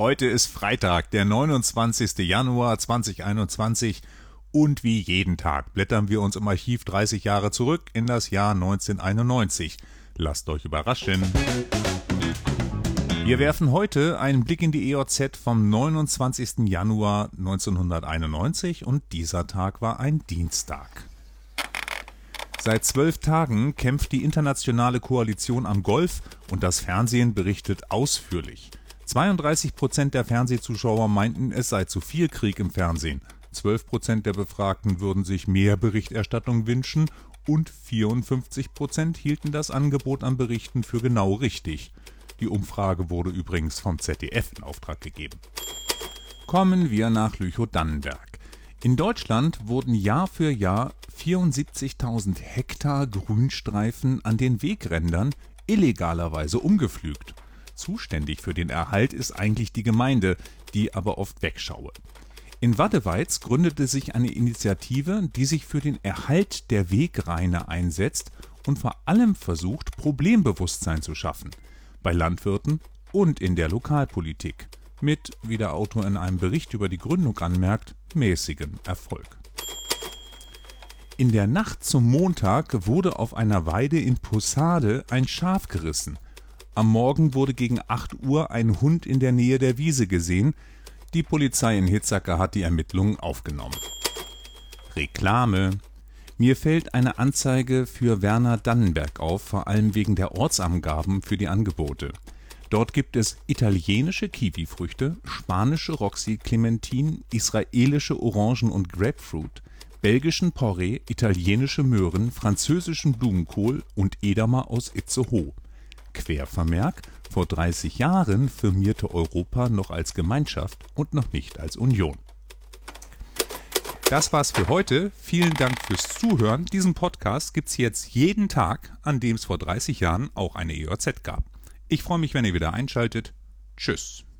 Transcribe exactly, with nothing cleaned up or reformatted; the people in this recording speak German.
Heute ist Freitag, der neunundzwanzigster Januar zweitausendeinundzwanzig und wie jeden Tag blättern wir uns im Archiv dreißig Jahre zurück in das Jahr neunzehnhunderteinundneunzig. Lasst euch überraschen. Wir werfen heute einen Blick in die E O Z vom neunundzwanzigster Januar neunzehnhunderteinundneunzig und dieser Tag war ein Dienstag. Seit zwölf Tagen kämpft die internationale Koalition am Golf und das Fernsehen berichtet ausführlich. zweiunddreißig Prozent der Fernsehzuschauer meinten, es sei zu viel Krieg im Fernsehen. zwölf Prozent der Befragten würden sich mehr Berichterstattung wünschen und vierundfünfzig Prozent hielten das Angebot an Berichten für genau richtig. Die Umfrage wurde übrigens vom Z D F in Auftrag gegeben. Kommen wir nach Lüchow-Dannenberg. In Deutschland wurden Jahr für Jahr vierundsiebzigtausend Hektar Grünstreifen an den Wegrändern illegalerweise umgepflügt. Zuständig für den Erhalt ist eigentlich die Gemeinde, die aber oft wegschaue. In Waddeweiz gründete sich eine Initiative, die sich für den Erhalt der Wegrainer einsetzt und vor allem versucht, Problembewusstsein zu schaffen. Bei Landwirten und in der Lokalpolitik. Mit, wie der Autor in einem Bericht über die Gründung anmerkt, mäßigem Erfolg. In der Nacht zum Montag wurde auf einer Weide in Possade ein Schaf gerissen. Am Morgen wurde gegen acht Uhr ein Hund in der Nähe der Wiese gesehen. Die Polizei in Hitzacker hat die Ermittlungen aufgenommen. Reklame. Mir fällt eine Anzeige für Werner Dannenberg auf, vor allem wegen der Ortsangaben für die Angebote. Dort gibt es italienische Kiwifrüchte, spanische Roxy Clementine, israelische Orangen und Grapefruit, belgischen Porree, italienische Möhren, französischen Blumenkohl und Edamer aus Itzehoe. Quervermerk: Vor dreißig Jahren firmierte Europa noch als Gemeinschaft und noch nicht als Union. Das war's für heute. Vielen Dank fürs Zuhören. Diesen Podcast gibt's jetzt jeden Tag, an dem es vor dreißig Jahren auch eine E O Z gab. Ich freue mich, wenn ihr wieder einschaltet. Tschüss.